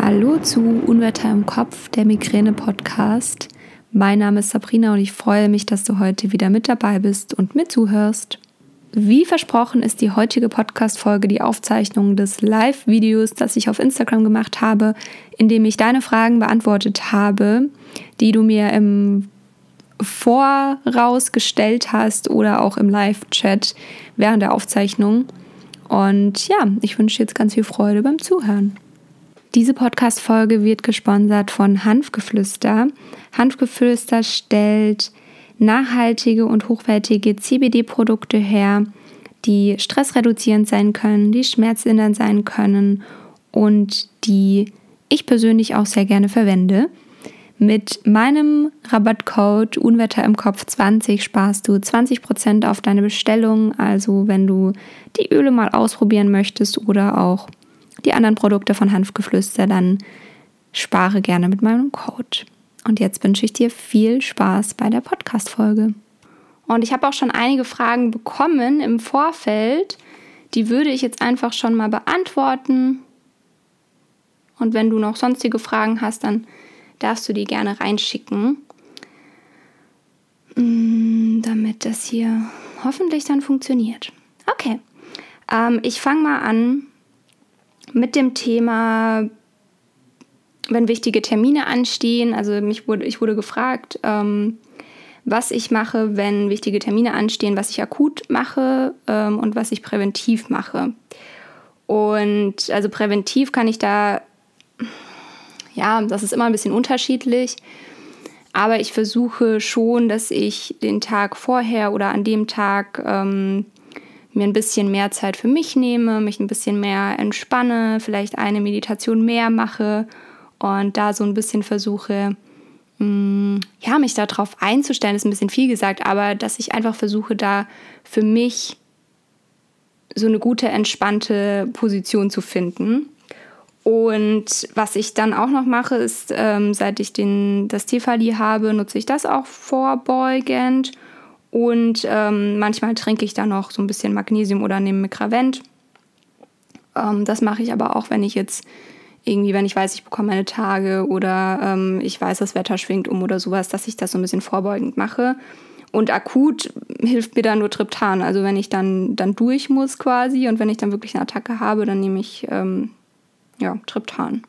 Hallo zu Unwetter im Kopf, der Migräne-Podcast. Mein Name ist Sabrina und ich freue mich, dass du heute wieder mit dabei bist und mir zuhörst. Wie versprochen ist die heutige Podcast-Folge die Aufzeichnung des Live-Videos, das ich auf Instagram gemacht habe, in dem ich deine Fragen beantwortet habe, die du mir im Voraus gestellt hast oder auch im Live-Chat während der Aufzeichnung. Und ja, ich wünsche dir jetzt ganz viel Freude beim Zuhören. Diese Podcast-Folge wird gesponsert von Hanfgeflüster. Hanfgeflüster stellt nachhaltige und hochwertige CBD-Produkte her, die stressreduzierend sein können, die schmerzlindernd sein können und die ich persönlich auch sehr gerne verwende. Mit meinem Rabattcode Unwetter im Kopf 20 sparst du 20% auf deine Bestellung. Also wenn du die Öle mal ausprobieren möchtest oder auch die anderen Produkte von Hanfgeflüster, dann spare gerne mit meinem Code. Und jetzt wünsche ich dir viel Spaß bei der Podcast-Folge. Und ich habe auch schon einige Fragen bekommen im Vorfeld. Die würde ich jetzt einfach schon mal beantworten. Und wenn du noch sonstige Fragen hast, dann darfst du die gerne reinschicken, damit das hier hoffentlich dann funktioniert. Okay, ich fange mal an mit dem Thema, wenn wichtige Termine anstehen. Also ich wurde gefragt, was ich mache, wenn wichtige Termine anstehen, was ich akut mache und was ich präventiv mache. Und also präventiv kann ich da, ja, das ist immer ein bisschen unterschiedlich, aber ich versuche schon, dass ich den Tag vorher oder an dem Tag mir ein bisschen mehr Zeit für mich nehme, mich ein bisschen mehr entspanne, vielleicht eine Meditation mehr mache und da so ein bisschen versuche, mich darauf einzustellen, ist ein bisschen viel gesagt, aber dass ich einfach versuche, da für mich so eine gute, entspannte Position zu finden. Und was ich dann auch noch mache, ist, seit ich das Tefali habe, nutze ich das auch vorbeugend. Und manchmal trinke ich dann noch so ein bisschen Magnesium oder nehme Migravent. Das mache ich aber auch, wenn ich jetzt irgendwie, wenn ich weiß, ich bekomme meine Tage oder ich weiß, das Wetter schwingt um oder sowas, dass ich das so ein bisschen vorbeugend mache. Und akut hilft mir dann nur Triptan. Also wenn ich dann durch muss quasi und wenn ich dann wirklich eine Attacke habe, dann nehme ich Triptan.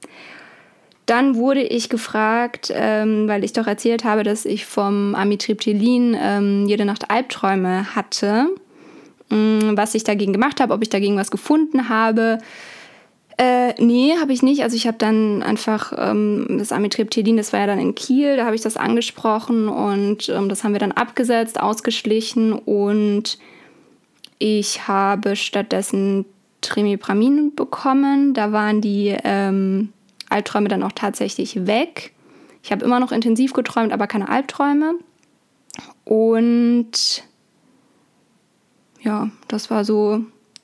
Dann wurde ich gefragt, weil ich doch erzählt habe, dass ich vom Amitriptylin jede Nacht Albträume hatte, was ich dagegen gemacht habe, ob ich dagegen was gefunden habe. Nee, habe ich nicht. Also ich habe dann einfach das Amitriptylin, das war ja dann in Kiel, da habe ich das angesprochen und das haben wir dann abgesetzt, ausgeschlichen und ich habe stattdessen Trimipramin bekommen. Da waren die Albträume dann auch tatsächlich weg. Ich habe immer noch intensiv geträumt, aber keine Albträume. Und ja, das war so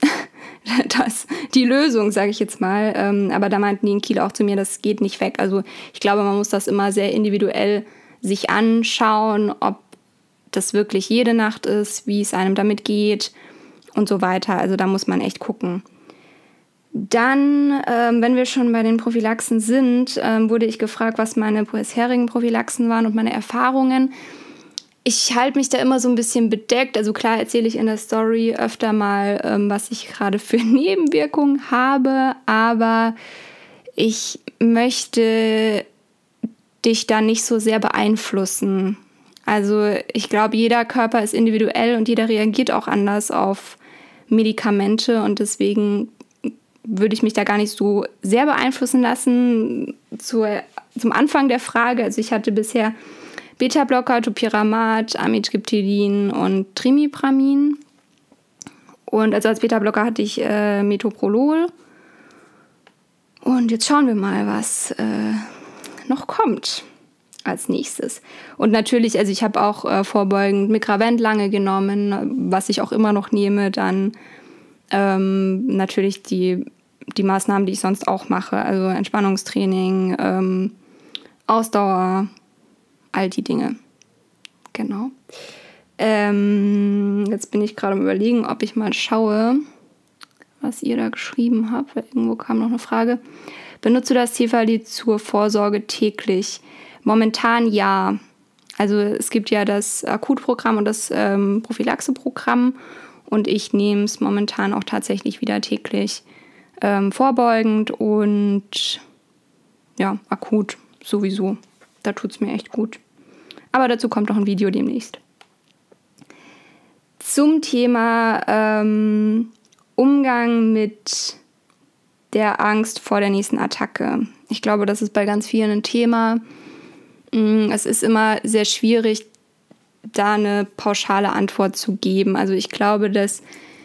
die Lösung, sage ich jetzt mal. Aber da meinten die in Kiel auch zu mir, das geht nicht weg. Also ich glaube, man muss das immer sehr individuell sich anschauen, ob das wirklich jede Nacht ist, wie es einem damit geht und so weiter. Also da muss man echt gucken. Dann, wenn wir schon bei den Prophylaxen sind, wurde ich gefragt, was meine bisherigen Prophylaxen waren und meine Erfahrungen. Ich halte mich da immer so ein bisschen bedeckt. Also klar erzähle ich in der Story öfter mal, was ich gerade für Nebenwirkungen habe, aber ich möchte dich da nicht so sehr beeinflussen. Also ich glaube, jeder Körper ist individuell und jeder reagiert auch anders auf Medikamente und deswegen würde ich mich da gar nicht so sehr beeinflussen lassen. Zum Anfang der Frage, also ich hatte bisher Beta-Blocker, Topiramat, Amitriptylin und Trimipramin. Und also als Beta-Blocker hatte ich Metoprolol. Und jetzt schauen wir mal, was noch kommt als nächstes. Und natürlich, also ich habe auch vorbeugend Migravent lange genommen, was ich auch immer noch nehme. Dann natürlich die Maßnahmen, die ich sonst auch mache, also Entspannungstraining, Ausdauer, all die Dinge. Genau. Jetzt bin ich gerade am Überlegen, ob ich mal schaue, was ihr da geschrieben habt, weil irgendwo kam noch eine Frage. Benutzt du das Cefali zur Vorsorge täglich? Momentan ja. Also es gibt ja das Akutprogramm und das Prophylaxeprogramm und ich nehme es momentan auch tatsächlich wieder täglich vorbeugend und ja, akut sowieso. Da tut es mir echt gut. Aber dazu kommt noch ein Video demnächst. Zum Thema Umgang mit der Angst vor der nächsten Attacke. Ich glaube, das ist bei ganz vielen ein Thema. Es ist immer sehr schwierig, da eine pauschale Antwort zu geben. Also ich glaube, dass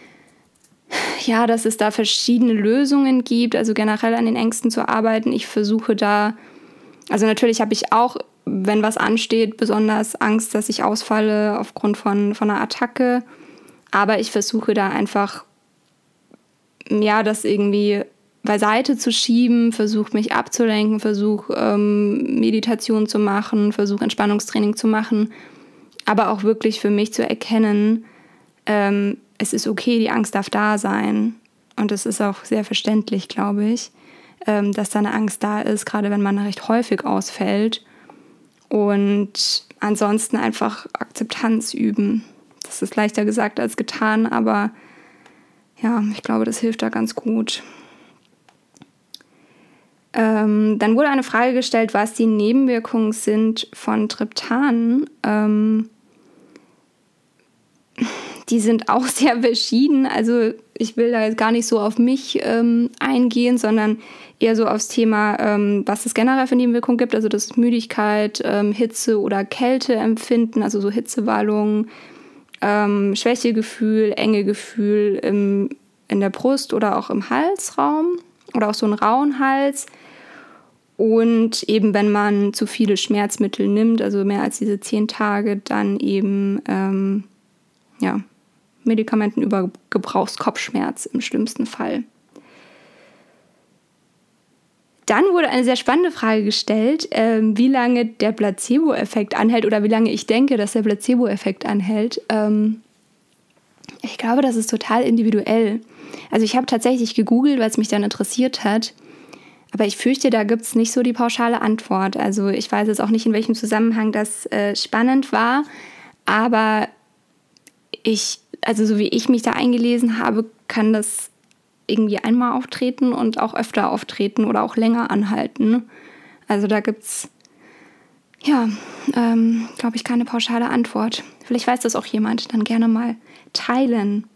es da verschiedene Lösungen gibt, also generell an den Ängsten zu arbeiten. Ich versuche da, also natürlich habe ich auch, wenn was ansteht, besonders Angst, dass ich ausfalle aufgrund von einer Attacke. Aber ich versuche da einfach, das irgendwie beiseite zu schieben, versuche mich abzulenken, versuche Meditation zu machen, versuche Entspannungstraining zu machen. Aber auch wirklich für mich zu erkennen, es ist okay, die Angst darf da sein. Und es ist auch sehr verständlich, glaube ich, dass da eine Angst da ist, gerade wenn man recht häufig ausfällt. Und ansonsten einfach Akzeptanz üben. Das ist leichter gesagt als getan, aber ja, ich glaube, das hilft da ganz gut. Dann wurde eine Frage gestellt, was die Nebenwirkungen sind von Triptan. Die sind auch sehr verschieden. Also ich will da jetzt gar nicht so auf mich eingehen, sondern eher so aufs Thema, was es generell für Nebenwirkungen gibt. Also das ist Müdigkeit, Hitze- oder Kälteempfinden, also so Hitzewallungen, Schwächegefühl, Engegefühl in der Brust oder auch im Halsraum oder auch so einen rauen Hals. Und eben, wenn man zu viele Schmerzmittel nimmt, also mehr als diese 10 Tage, dann eben Medikamentenübergebrauchskopfschmerz im schlimmsten Fall. Dann wurde eine sehr spannende Frage gestellt, wie lange der Placebo-Effekt anhält oder wie lange ich denke, dass der Placebo-Effekt anhält. Ich glaube, das ist total individuell. Also ich habe tatsächlich gegoogelt, weil es mich dann interessiert hat. Aber ich fürchte, da gibt es nicht so die pauschale Antwort. Also ich weiß jetzt auch nicht, in welchem Zusammenhang das spannend war. Aber so wie ich mich da eingelesen habe, kann das irgendwie einmal auftreten und auch öfter auftreten oder auch länger anhalten. Also da gibt es, glaube ich, keine pauschale Antwort. Vielleicht weiß das auch jemand, dann gerne mal teilen.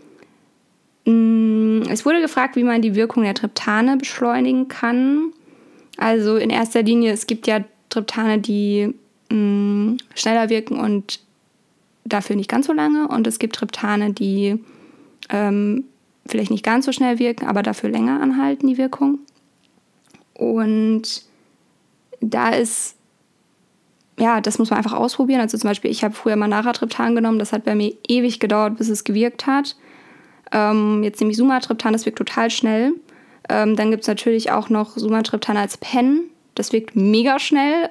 Es wurde gefragt, wie man die Wirkung der Triptane beschleunigen kann. Also in erster Linie, es gibt ja Triptane, die schneller wirken und dafür nicht ganz so lange. Und es gibt Triptane, die vielleicht nicht ganz so schnell wirken, aber dafür länger anhalten, die Wirkung. Und da ist, das muss man einfach ausprobieren. Also zum Beispiel, ich habe früher mal Naratriptan genommen. Das hat bei mir ewig gedauert, bis es gewirkt hat. Jetzt nehme ich Sumatriptan, das wirkt total schnell. Dann gibt es natürlich auch noch Sumatriptan als Pen. Das wirkt mega schnell.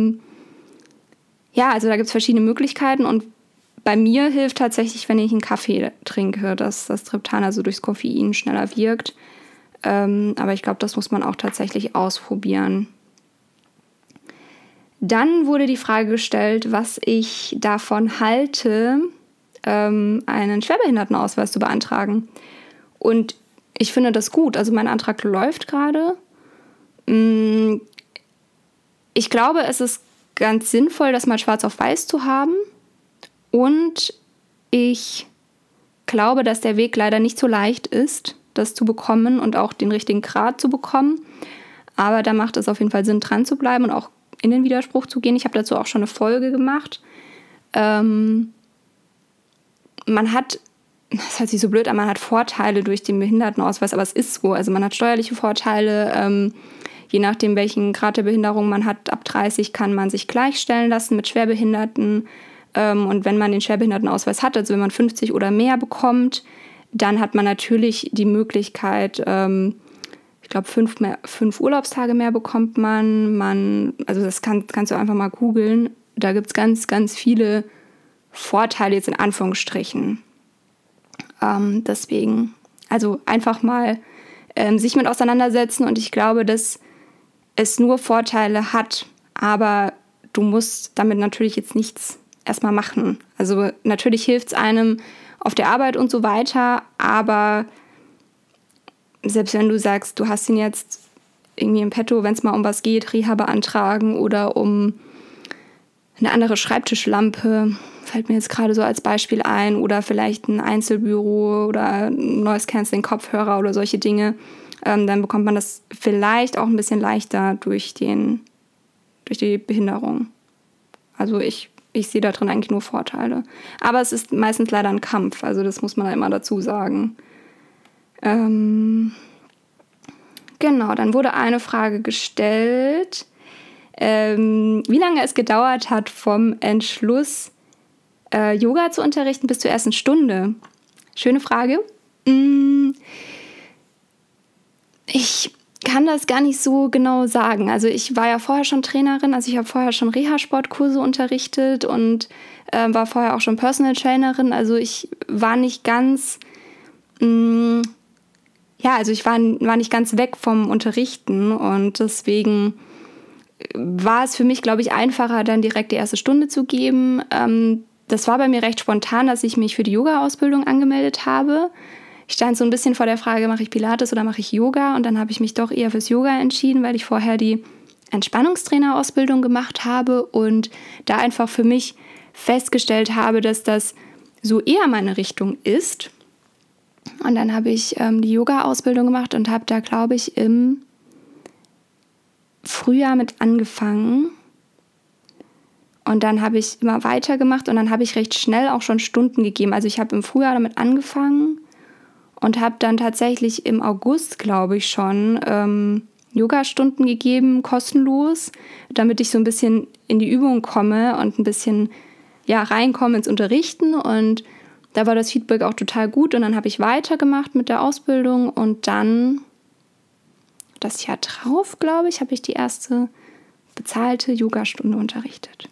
Also da gibt es verschiedene Möglichkeiten. Und bei mir hilft tatsächlich, wenn ich einen Kaffee trinke, dass das Triptan also durchs Koffein schneller wirkt. Aber ich glaube, das muss man auch tatsächlich ausprobieren. Dann wurde die Frage gestellt, was ich davon halte, einen Schwerbehindertenausweis zu beantragen. Und ich finde das gut. Also mein Antrag läuft gerade. Ich glaube, es ist ganz sinnvoll, das mal schwarz auf weiß zu haben. Und ich glaube, dass der Weg leider nicht so leicht ist, das zu bekommen und auch den richtigen Grad zu bekommen. Aber da macht es auf jeden Fall Sinn, dran zu bleiben und auch in den Widerspruch zu gehen. Ich habe dazu auch schon eine Folge gemacht. Man hat, das hört sich so blöd an, man hat Vorteile durch den Behindertenausweis, aber es ist so. Also man hat steuerliche Vorteile, je nachdem, welchen Grad der Behinderung man hat. Ab 30 kann man sich gleichstellen lassen mit Schwerbehinderten. Und wenn man den Schwerbehindertenausweis hat, also wenn man 50 oder mehr bekommt, dann hat man natürlich die Möglichkeit, ich glaube 5 Urlaubstage mehr bekommt man. Also das kannst du einfach mal googeln. Da gibt es ganz, ganz viele Vorteile jetzt in Anführungsstrichen. Deswegen, also einfach mal sich mit auseinandersetzen. Und ich glaube, dass es nur Vorteile hat. Aber du musst damit natürlich jetzt nichts erstmal machen. Also natürlich hilft es einem auf der Arbeit und so weiter. Aber selbst wenn du sagst, du hast ihn jetzt irgendwie im Petto, wenn es mal um was geht, Reha beantragen oder um eine andere Schreibtischlampe, fällt mir jetzt gerade so als Beispiel ein, oder vielleicht ein Einzelbüro oder Noise Cancelling Kopfhörer oder solche Dinge, dann bekommt man das vielleicht auch ein bisschen leichter durch die Behinderung. Also ich sehe da drin eigentlich nur Vorteile. Aber es ist meistens leider ein Kampf, also das muss man ja immer dazu sagen. Genau, dann wurde eine Frage gestellt, wie lange es gedauert hat vom Entschluss, Yoga zu unterrichten bis zur ersten Stunde. Schöne Frage. Ich kann das gar nicht so genau sagen. Also ich war ja vorher schon Trainerin, also ich habe vorher schon Reha-Sportkurse unterrichtet und war vorher auch schon Personal Trainerin. Also ich war nicht ganz, ich war nicht ganz weg vom Unterrichten und deswegen war es für mich, glaube ich, einfacher, dann direkt die erste Stunde zu geben. Das war bei mir recht spontan, dass ich mich für die Yoga-Ausbildung angemeldet habe. Ich stand so ein bisschen vor der Frage, mache ich Pilates oder mache ich Yoga? Und dann habe ich mich doch eher fürs Yoga entschieden, weil ich vorher die Entspannungstrainer-Ausbildung gemacht habe und da einfach für mich festgestellt habe, dass das so eher meine Richtung ist. Und dann habe ich die Yoga-Ausbildung gemacht und habe da, glaube ich, im Frühjahr mit angefangen. Und dann habe ich immer weitergemacht und dann habe ich recht schnell auch schon Stunden gegeben. Also ich habe im Frühjahr damit angefangen und habe dann tatsächlich im August, glaube ich, schon Yoga-Stunden gegeben, kostenlos, damit ich so ein bisschen in die Übung komme und ein bisschen reinkomme ins Unterrichten. Und da war das Feedback auch total gut. Und dann habe ich weitergemacht mit der Ausbildung und dann das Jahr drauf, glaube ich, habe ich die erste bezahlte Yogastunde unterrichtet.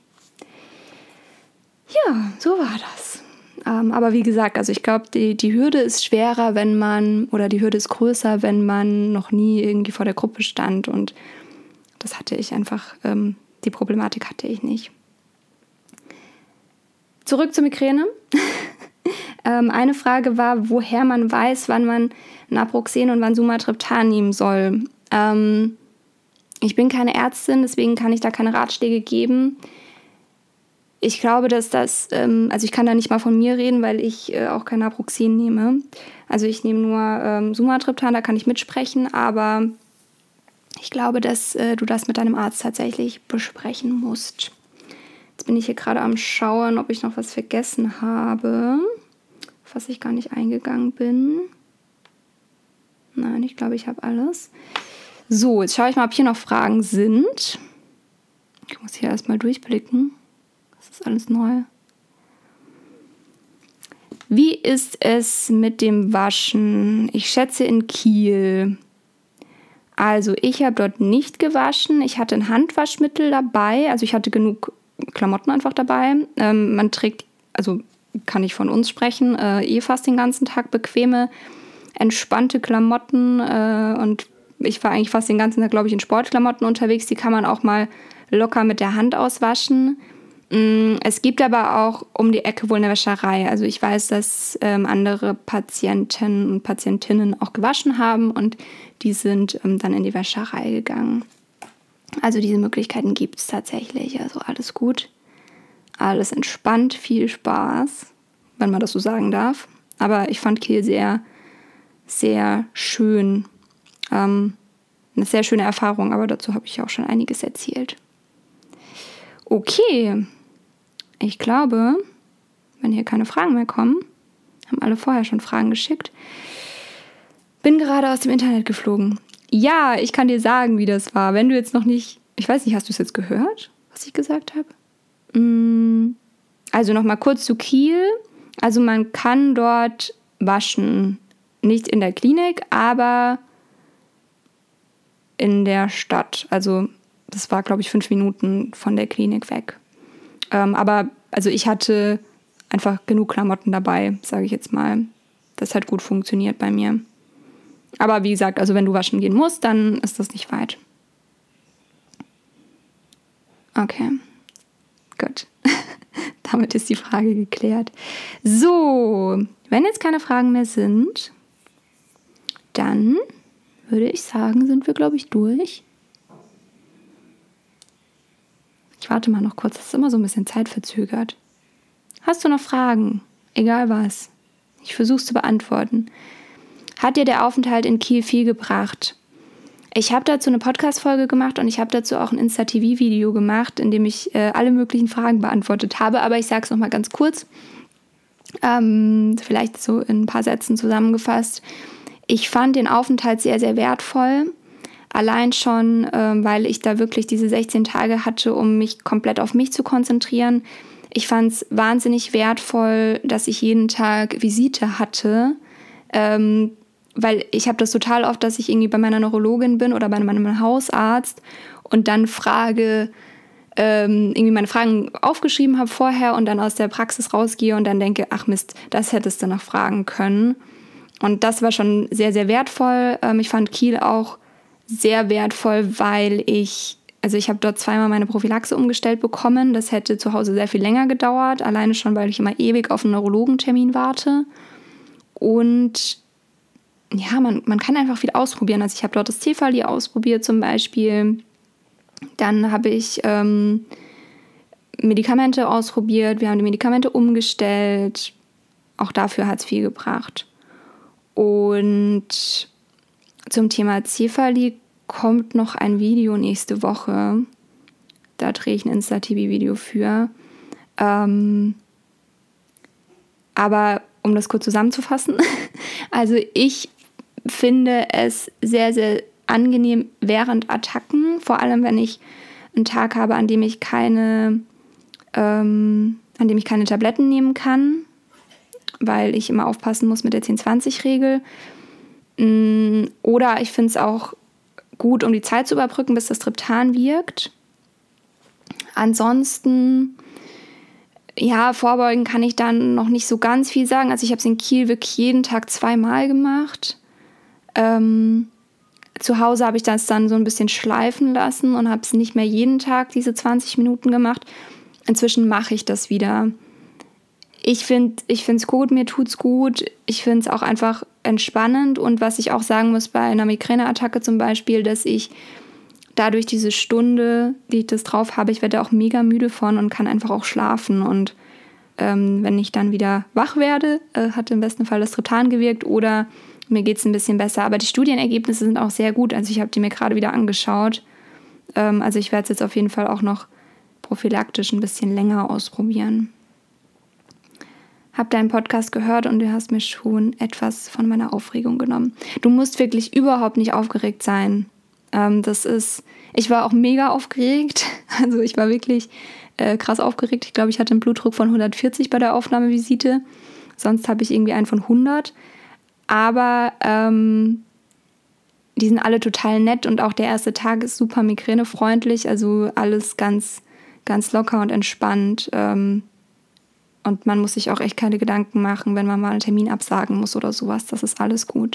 Ja, so war das. Aber wie gesagt, also ich glaube, die Hürde ist schwerer, die Hürde ist größer, wenn man noch nie irgendwie vor der Gruppe stand. Und das hatte ich einfach, die Problematik hatte ich nicht. Zurück zur Migräne. Eine Frage war, woher man weiß, wann man Naproxen und wann Sumatriptan nehmen soll. Ich bin keine Ärztin, deswegen kann ich da keine Ratschläge geben. Ich glaube, dass also ich kann da nicht mal von mir reden, weil ich auch kein Naproxen nehme. Also ich nehme nur Sumatriptan, da kann ich mitsprechen, aber ich glaube, dass du das mit deinem Arzt tatsächlich besprechen musst. Jetzt bin ich hier gerade am Schauen, ob ich noch was vergessen habe, auf was ich gar nicht eingegangen bin. Nein, ich glaube, ich habe alles. So, jetzt schaue ich mal, ob hier noch Fragen sind. Ich muss hier erstmal durchblicken. Das ist alles neu. Wie ist es mit dem Waschen? Ich schätze in Kiel. Also ich habe dort nicht gewaschen. Ich hatte ein Handwaschmittel dabei. Also ich hatte genug Klamotten einfach dabei. Man trägt, also kann ich von uns sprechen, fast den ganzen Tag bequeme, entspannte Klamotten und ich war eigentlich fast den ganzen Tag, glaube ich, in Sportklamotten unterwegs. Die kann man auch mal locker mit der Hand auswaschen. Es gibt aber auch um die Ecke wohl eine Wäscherei. Also ich weiß, dass andere Patienten und Patientinnen auch gewaschen haben und die sind dann in die Wäscherei gegangen. Also diese Möglichkeiten gibt es tatsächlich. Also alles gut, alles entspannt, viel Spaß, wenn man das so sagen darf. Aber ich fand Kiel sehr, sehr schön. Eine sehr schöne Erfahrung, aber dazu habe ich auch schon einiges erzählt. Okay, ich glaube, wenn hier keine Fragen mehr kommen, haben alle vorher schon Fragen geschickt. Bin gerade aus dem Internet geflogen. Ja, ich kann dir sagen, wie das war. Wenn du jetzt noch nicht, ich weiß nicht, hast du es jetzt gehört, was ich gesagt habe? Also nochmal kurz zu Kiel. Also man kann dort waschen. Nicht in der Klinik, aber in der Stadt. Also das war, glaube ich, 5 Minuten von der Klinik weg. Aber also ich hatte einfach genug Klamotten dabei, sage ich jetzt mal. Das hat gut funktioniert bei mir. Aber wie gesagt, also wenn du waschen gehen musst, dann ist das nicht weit. Okay, gut. Damit ist die Frage geklärt. So, wenn jetzt keine Fragen mehr sind, dann würde ich sagen, sind wir, glaube ich, durch. Ich warte mal noch kurz, das ist immer so ein bisschen zeitverzögert. Hast du noch Fragen? Egal was. Ich versuche es zu beantworten. Hat dir der Aufenthalt in Kiel viel gebracht? Ich habe dazu eine Podcast-Folge gemacht und ich habe dazu auch ein Insta-TV-Video gemacht, in dem ich alle möglichen Fragen beantwortet habe. Aber ich sage es nochmal ganz kurz, vielleicht so in ein paar Sätzen zusammengefasst. Ich fand den Aufenthalt sehr, sehr wertvoll. Allein schon, weil ich da wirklich diese 16 Tage hatte, um mich komplett auf mich zu konzentrieren. Ich fand es wahnsinnig wertvoll, dass ich jeden Tag Visite hatte, weil ich habe das total oft, dass ich irgendwie bei meiner Neurologin bin oder bei meinem Hausarzt und dann irgendwie meine Fragen aufgeschrieben habe vorher und dann aus der Praxis rausgehe und dann denke, ach Mist, das hättest du noch fragen können. Und das war schon sehr, sehr wertvoll. Ich fand Kiel auch sehr wertvoll, weil ich habe dort zweimal meine Prophylaxe umgestellt bekommen. Das hätte zu Hause sehr viel länger gedauert, alleine schon, weil ich immer ewig auf einen Neurologentermin warte. Und ja, man kann einfach viel ausprobieren. Also ich habe dort das Cefali ausprobiert zum Beispiel. Dann habe ich Medikamente ausprobiert. Wir haben die Medikamente umgestellt. Auch dafür hat es viel gebracht. Und zum Thema Cefali kommt noch ein Video nächste Woche. Da drehe ich ein Insta-TV-Video für. Aber um das kurz zusammenzufassen, also ich finde es sehr, sehr angenehm während Attacken, vor allem wenn ich einen Tag habe, an dem ich keine Tabletten nehmen kann, weil ich immer aufpassen muss mit der 10-20-Regel. Oder ich finde es auch gut, um die Zeit zu überbrücken, bis das Triptan wirkt. Ansonsten, ja, vorbeugen kann ich dann noch nicht so ganz viel sagen. Also ich habe es in Kiel wirklich jeden Tag 2-mal gemacht. Zu Hause habe ich das dann so ein bisschen schleifen lassen und habe es nicht mehr jeden Tag diese 20 Minuten gemacht. Inzwischen mache ich das wieder. Ich finde es gut, mir tut's gut. Ich finde es auch einfach entspannend. Und was ich auch sagen muss bei einer Migräneattacke zum Beispiel, dass ich dadurch diese Stunde, die ich das drauf habe, ich werde auch mega müde von und kann einfach auch schlafen. Und wenn ich dann wieder wach werde, hat im besten Fall das Triptan gewirkt oder mir geht es ein bisschen besser. Aber die Studienergebnisse sind auch sehr gut. Also ich habe die mir gerade wieder angeschaut. Also ich werde es jetzt auf jeden Fall auch noch prophylaktisch ein bisschen länger ausprobieren. Hab deinen Podcast gehört und du hast mir schon etwas von meiner Aufregung genommen. Du musst wirklich überhaupt nicht aufgeregt sein. Ich war auch mega aufgeregt. Also ich war wirklich krass aufgeregt. Ich glaube, ich hatte einen Blutdruck von 140 bei der Aufnahmevisite. Sonst habe ich irgendwie einen von 100. Aber die sind alle total nett und auch der erste Tag ist super migränefreundlich. Also alles ganz, ganz locker und entspannt. Und man muss sich auch echt keine Gedanken machen, wenn man mal einen Termin absagen muss oder sowas. Das ist alles gut.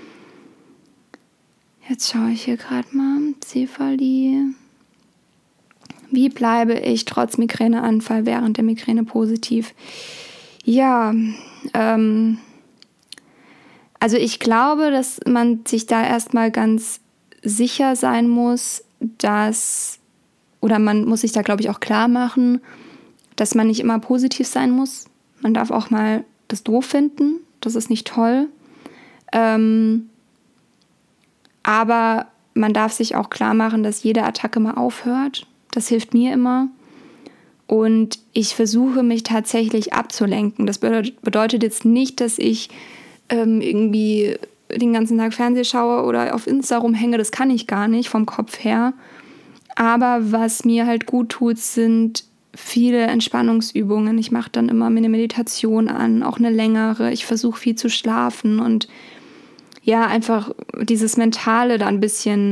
Jetzt schaue ich hier gerade mal. Cefali. Wie bleibe ich trotz Migräneanfall während der Migräne positiv? Ja, also ich glaube, dass man sich da erstmal ganz sicher sein muss, man muss sich da, glaube ich, auch klar machen, dass man nicht immer positiv sein muss. Man darf auch mal das doof finden. Das ist nicht toll. Aber man darf sich auch klar machen, dass jede Attacke mal aufhört. Das hilft mir immer. Und ich versuche mich tatsächlich abzulenken. Das bedeutet jetzt nicht, dass ich irgendwie den ganzen Tag Fernseh schaue oder auf Insta rumhänge. Das kann ich gar nicht vom Kopf her. Aber was mir halt gut tut, sind viele Entspannungsübungen. Ich mache dann immer eine Meditation an, auch eine längere. Ich versuche viel zu schlafen und ja, einfach dieses Mentale da ein bisschen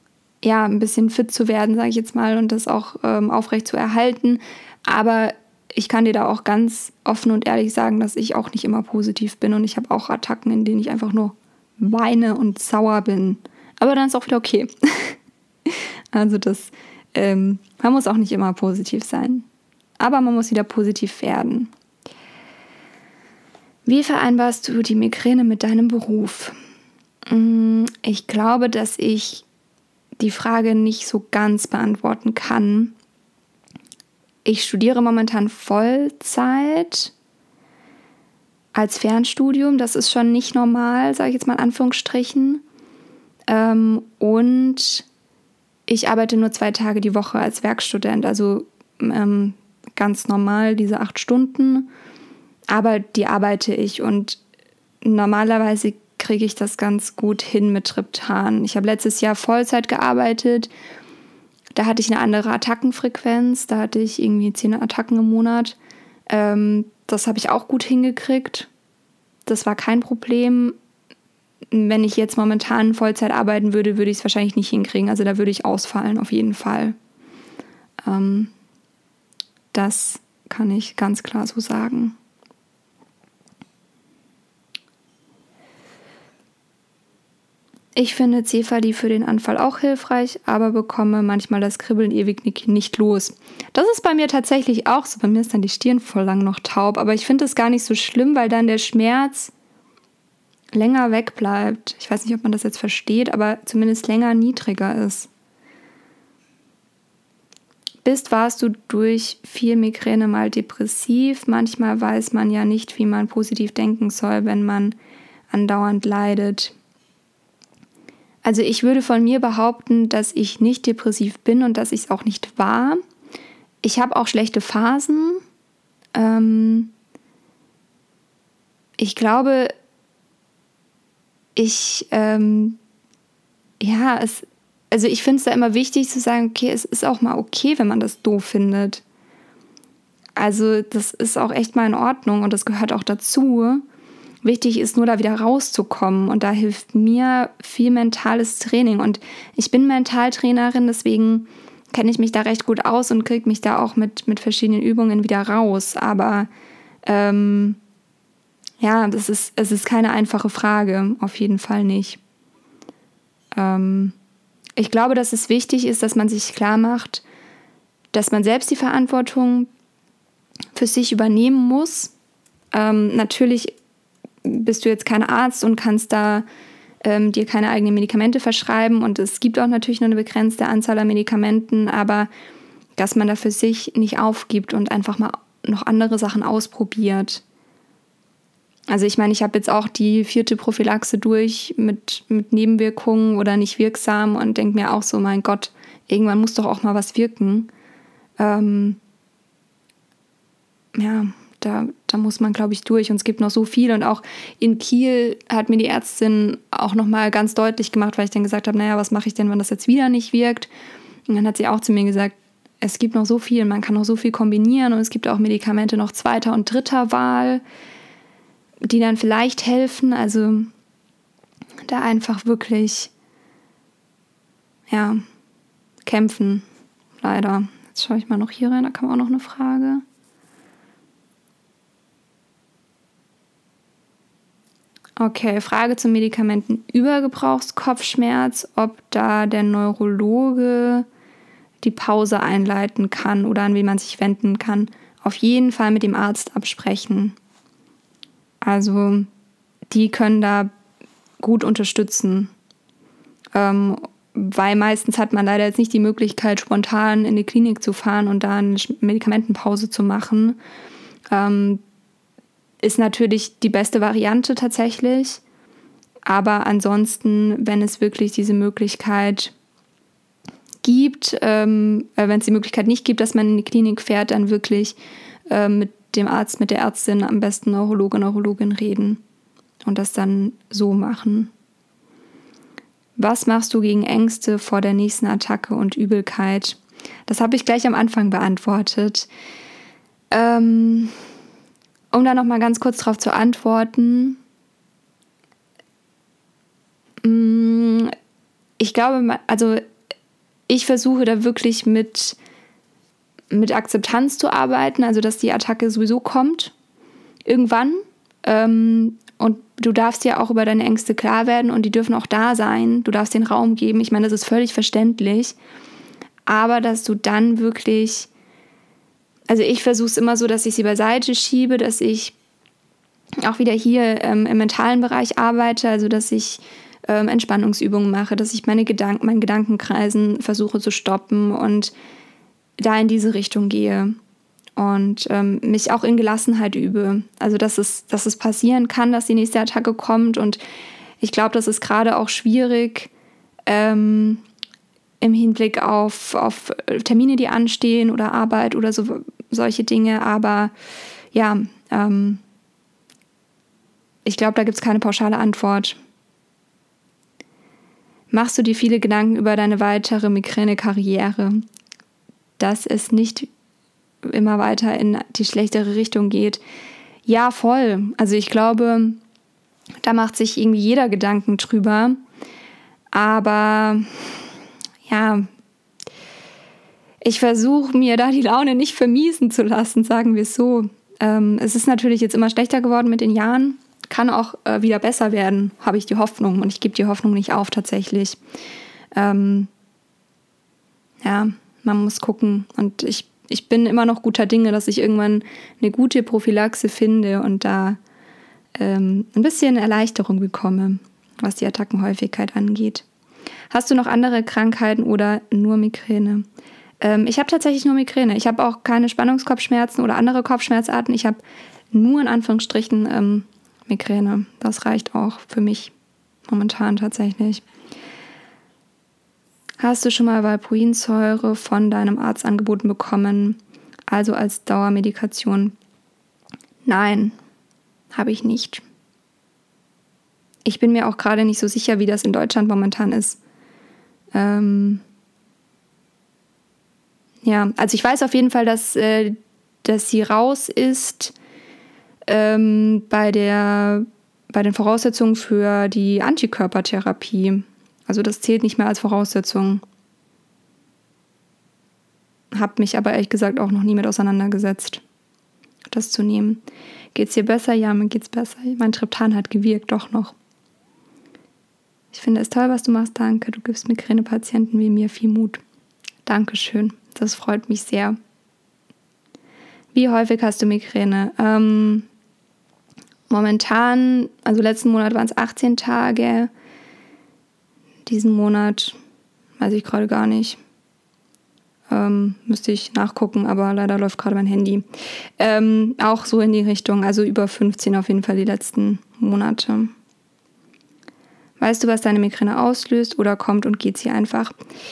fit zu werden, sage ich jetzt mal, und das auch aufrecht zu erhalten. Aber ich kann dir da auch ganz offen und ehrlich sagen, dass ich auch nicht immer positiv bin und ich habe auch Attacken, in denen ich einfach nur weine und sauer bin. Aber dann ist auch wieder okay. Also man muss auch nicht immer positiv sein. Aber man muss wieder positiv werden. Wie vereinbarst du die Migräne mit deinem Beruf? Ich glaube, dass ich die Frage nicht so ganz beantworten kann. Ich studiere momentan Vollzeit als Fernstudium. Das ist schon nicht normal, sage ich jetzt mal in Anführungsstrichen. Und ich arbeite nur 2 Tage die Woche als Werkstudent. Also ganz normal diese 8 Stunden. Aber die arbeite ich und normalerweise kriege ich das ganz gut hin mit Triptan. Ich habe letztes Jahr Vollzeit gearbeitet. Da hatte ich eine andere Attackenfrequenz. Da hatte ich irgendwie 10 Attacken im Monat. Das habe ich auch gut hingekriegt. Das war kein Problem. Wenn ich jetzt momentan Vollzeit arbeiten würde, würde ich es wahrscheinlich nicht hinkriegen. Also da würde ich ausfallen, auf jeden Fall. Das kann ich ganz klar so sagen. Ich finde Cephalli für den Anfall auch hilfreich, aber bekomme manchmal das Kribbeln ewig nicht los. Das ist bei mir tatsächlich auch so. Bei mir ist dann die Stirn voll lang noch taub, aber ich finde es gar nicht so schlimm, weil dann der Schmerz länger wegbleibt. Ich weiß nicht, ob man das jetzt versteht, aber zumindest länger niedriger ist. Warst du durch viel Migräne mal depressiv? Manchmal weiß man ja nicht, wie man positiv denken soll, wenn man andauernd leidet. Also ich würde von mir behaupten, dass ich nicht depressiv bin und dass ich es auch nicht war. Ich habe auch schlechte Phasen. Ich glaube, ich finde es da immer wichtig zu sagen, okay, es ist auch mal okay, wenn man das doof findet. Also das ist auch echt mal in Ordnung und das gehört auch dazu. Wichtig ist nur, da wieder rauszukommen und da hilft mir viel mentales Training und ich bin Mentaltrainerin, deswegen kenne ich mich da recht gut aus und kriege mich da auch mit verschiedenen Übungen wieder raus, aber es ist keine einfache Frage, auf jeden Fall nicht. Ich glaube, dass es wichtig ist, dass man sich klar macht, dass man selbst die Verantwortung für sich übernehmen muss. Natürlich bist du jetzt kein Arzt und kannst da dir keine eigenen Medikamente verschreiben und es gibt auch natürlich nur eine begrenzte Anzahl an Medikamenten, aber dass man da für sich nicht aufgibt und einfach mal noch andere Sachen ausprobiert. Also ich meine, ich habe jetzt auch die 4. Prophylaxe durch mit Nebenwirkungen oder nicht wirksam und denke mir auch so, mein Gott, irgendwann muss doch auch mal was wirken. Da muss man, glaube ich, durch und es gibt noch so viel und auch in Kiel hat mir die Ärztin auch nochmal ganz deutlich gemacht, weil ich dann gesagt habe, naja, was mache ich denn, wenn das jetzt wieder nicht wirkt? Und dann hat sie auch zu mir gesagt, es gibt noch so viel, man kann noch so viel kombinieren und es gibt auch Medikamente noch 2. und 3. Wahl, die dann vielleicht helfen, also da einfach wirklich, kämpfen, leider. Jetzt schaue ich mal noch hier rein, da kam auch noch eine Frage. Okay, Frage zum Medikamentenübergebrauchskopfschmerz, ob da der Neurologe die Pause einleiten kann oder an wen man sich wenden kann. Auf jeden Fall mit dem Arzt absprechen. Also die können da gut unterstützen, weil meistens hat man leider jetzt nicht die Möglichkeit, spontan in die Klinik zu fahren und da eine Medikamentenpause zu machen. Ist natürlich die beste Variante tatsächlich, aber ansonsten, wenn es wirklich diese Möglichkeit gibt, wenn es die Möglichkeit nicht gibt, dass man in die Klinik fährt, dann wirklich mit dem Arzt, mit der Ärztin, am besten Neurologe, Neurologin reden und das dann so machen. Was machst du gegen Ängste vor der nächsten Attacke und Übelkeit? Das habe ich gleich am Anfang beantwortet. Um da nochmal ganz kurz drauf zu antworten. Ich glaube, also ich versuche da wirklich mit mit Akzeptanz zu arbeiten, also dass die Attacke sowieso kommt, irgendwann. Und du darfst dir auch über deine Ängste klar werden und die dürfen auch da sein. Du darfst den Raum geben. Ich meine, das ist völlig verständlich. Aber dass du dann wirklich, also ich versuche es immer so, dass ich sie beiseite schiebe, dass ich auch wieder hier im mentalen Bereich arbeite, also dass ich Entspannungsübungen mache, dass ich meinen Gedankenkreisen versuche zu stoppen und da in diese Richtung gehe. Und mich auch in Gelassenheit übe. Also dass es passieren kann, dass die nächste Attacke kommt. Und ich glaube, das ist gerade auch schwierig im Hinblick auf Termine, die anstehen oder Arbeit oder solche Dinge. Aber ja, ich glaube, da gibt es keine pauschale Antwort. Machst du dir viele Gedanken über deine weitere Migräne-Karriere, dass es nicht immer weiter in die schlechtere Richtung geht? Ja, voll. Also ich glaube, da macht sich irgendwie jeder Gedanken drüber. Aber ja, ich versuche mir da die Laune nicht vermiesen zu lassen, sagen wir es so. Es ist natürlich jetzt immer schlechter geworden mit den Jahren. Kann auch wieder besser werden, habe ich die Hoffnung. Und ich gebe die Hoffnung nicht auf, tatsächlich. Ja, man muss gucken. Und ich bin immer noch guter Dinge, dass ich irgendwann eine gute Prophylaxe finde und da ein bisschen Erleichterung bekomme, was die Attackenhäufigkeit angeht. Hast du noch andere Krankheiten oder nur Migräne? Ich habe tatsächlich nur Migräne. Ich habe auch keine Spannungskopfschmerzen oder andere Kopfschmerzarten. Ich habe nur in Anführungsstrichen Migräne. Das reicht auch für mich momentan tatsächlich. Hast du schon mal Valproinsäure von deinem Arzt angeboten bekommen, also als Dauermedikation? Nein, habe ich nicht. Ich bin mir auch gerade nicht so sicher, wie das in Deutschland momentan ist. Ja, also ich weiß auf jeden Fall, dass sie raus ist bei den Voraussetzungen für die Antikörpertherapie. Also das zählt nicht mehr als Voraussetzung. Habe mich aber ehrlich gesagt auch noch nie mit auseinandergesetzt, das zu nehmen. Geht's dir besser? Ja, mir geht's besser. Mein Triptan hat gewirkt, doch noch. Ich finde es toll, was du machst. Danke. Du gibst Migränepatienten wie mir viel Mut. Dankeschön. Das freut mich sehr. Wie häufig hast du Migräne? Momentan, also letzten Monat waren es 18 Tage. Diesen Monat weiß ich gerade gar nicht. Müsste ich nachgucken, aber leider läuft gerade mein Handy. Auch so in die Richtung, also über 15 auf jeden Fall die letzten Monate. Weißt du, was deine Migräne auslöst oder kommt und geht sie einfach?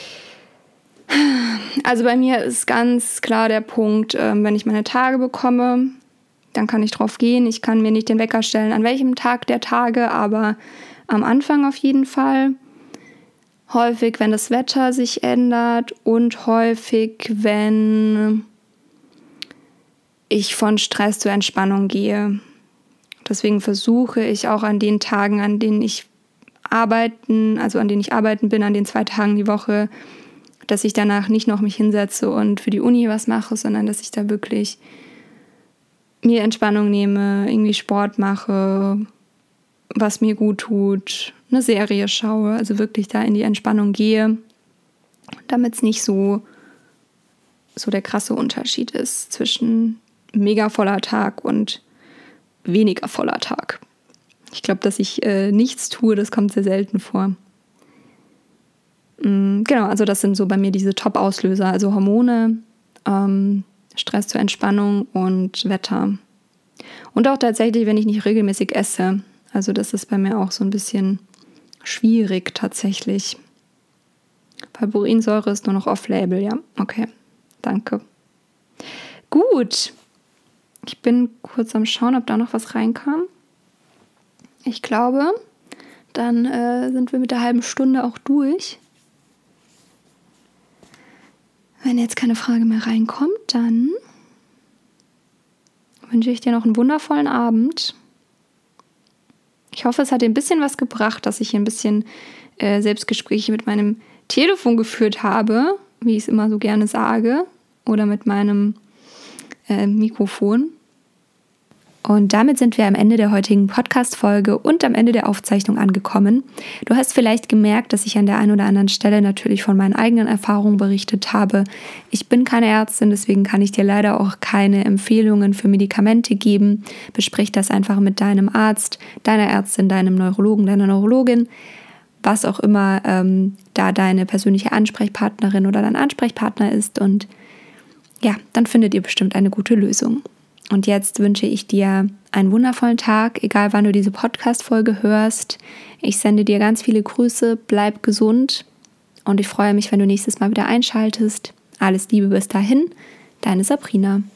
Also bei mir ist ganz klar der Punkt, wenn ich meine Tage bekomme, dann kann ich drauf gehen. Ich kann mir nicht den Wecker stellen, an welchem Tag der Tage, aber am Anfang auf jeden Fall. Häufig, wenn das Wetter sich ändert und häufig, wenn ich von Stress zur Entspannung gehe. Deswegen versuche ich auch an den Tagen, an denen ich arbeiten bin, an den 2 Tagen die Woche, dass ich danach nicht noch mich hinsetze und für die Uni was mache, sondern dass ich da wirklich mir Entspannung nehme, irgendwie Sport mache, was mir gut tut, eine Serie schaue, also wirklich da in die Entspannung gehe, damit es nicht so der krasse Unterschied ist zwischen mega voller Tag und weniger voller Tag. Ich glaube, dass ich nichts tue, das kommt sehr selten vor. Genau, also das sind so bei mir diese Top-Auslöser, also Hormone, Stress zur Entspannung und Wetter. Und auch tatsächlich, wenn ich nicht regelmäßig esse. Also das ist bei mir auch so ein bisschen schwierig tatsächlich. Valproinsäure ist nur noch off-label, ja. Okay, danke. Gut. Ich bin kurz am Schauen, ob da noch was reinkam. Ich glaube, dann sind wir mit der halben Stunde auch durch. Wenn jetzt keine Frage mehr reinkommt, dann wünsche ich dir noch einen wundervollen Abend. Ich hoffe, es hat dir ein bisschen was gebracht, dass ich hier ein bisschen Selbstgespräche mit meinem Telefon geführt habe, wie ich es immer so gerne sage. oder mit meinem Mikrofon. Und damit sind wir am Ende der heutigen Podcast-Folge und am Ende der Aufzeichnung angekommen. Du hast vielleicht gemerkt, dass ich an der einen oder anderen Stelle natürlich von meinen eigenen Erfahrungen berichtet habe. Ich bin keine Ärztin, deswegen kann ich dir leider auch keine Empfehlungen für Medikamente geben. Besprich das einfach mit deinem Arzt, deiner Ärztin, deinem Neurologen, deiner Neurologin, was auch immer da deine persönliche Ansprechpartnerin oder dein Ansprechpartner ist. Und ja, dann findet ihr bestimmt eine gute Lösung. Und jetzt wünsche ich dir einen wundervollen Tag, egal wann du diese Podcast-Folge hörst. Ich sende dir ganz viele Grüße, bleib gesund und ich freue mich, wenn du nächstes Mal wieder einschaltest. Alles Liebe bis dahin, deine Sabrina.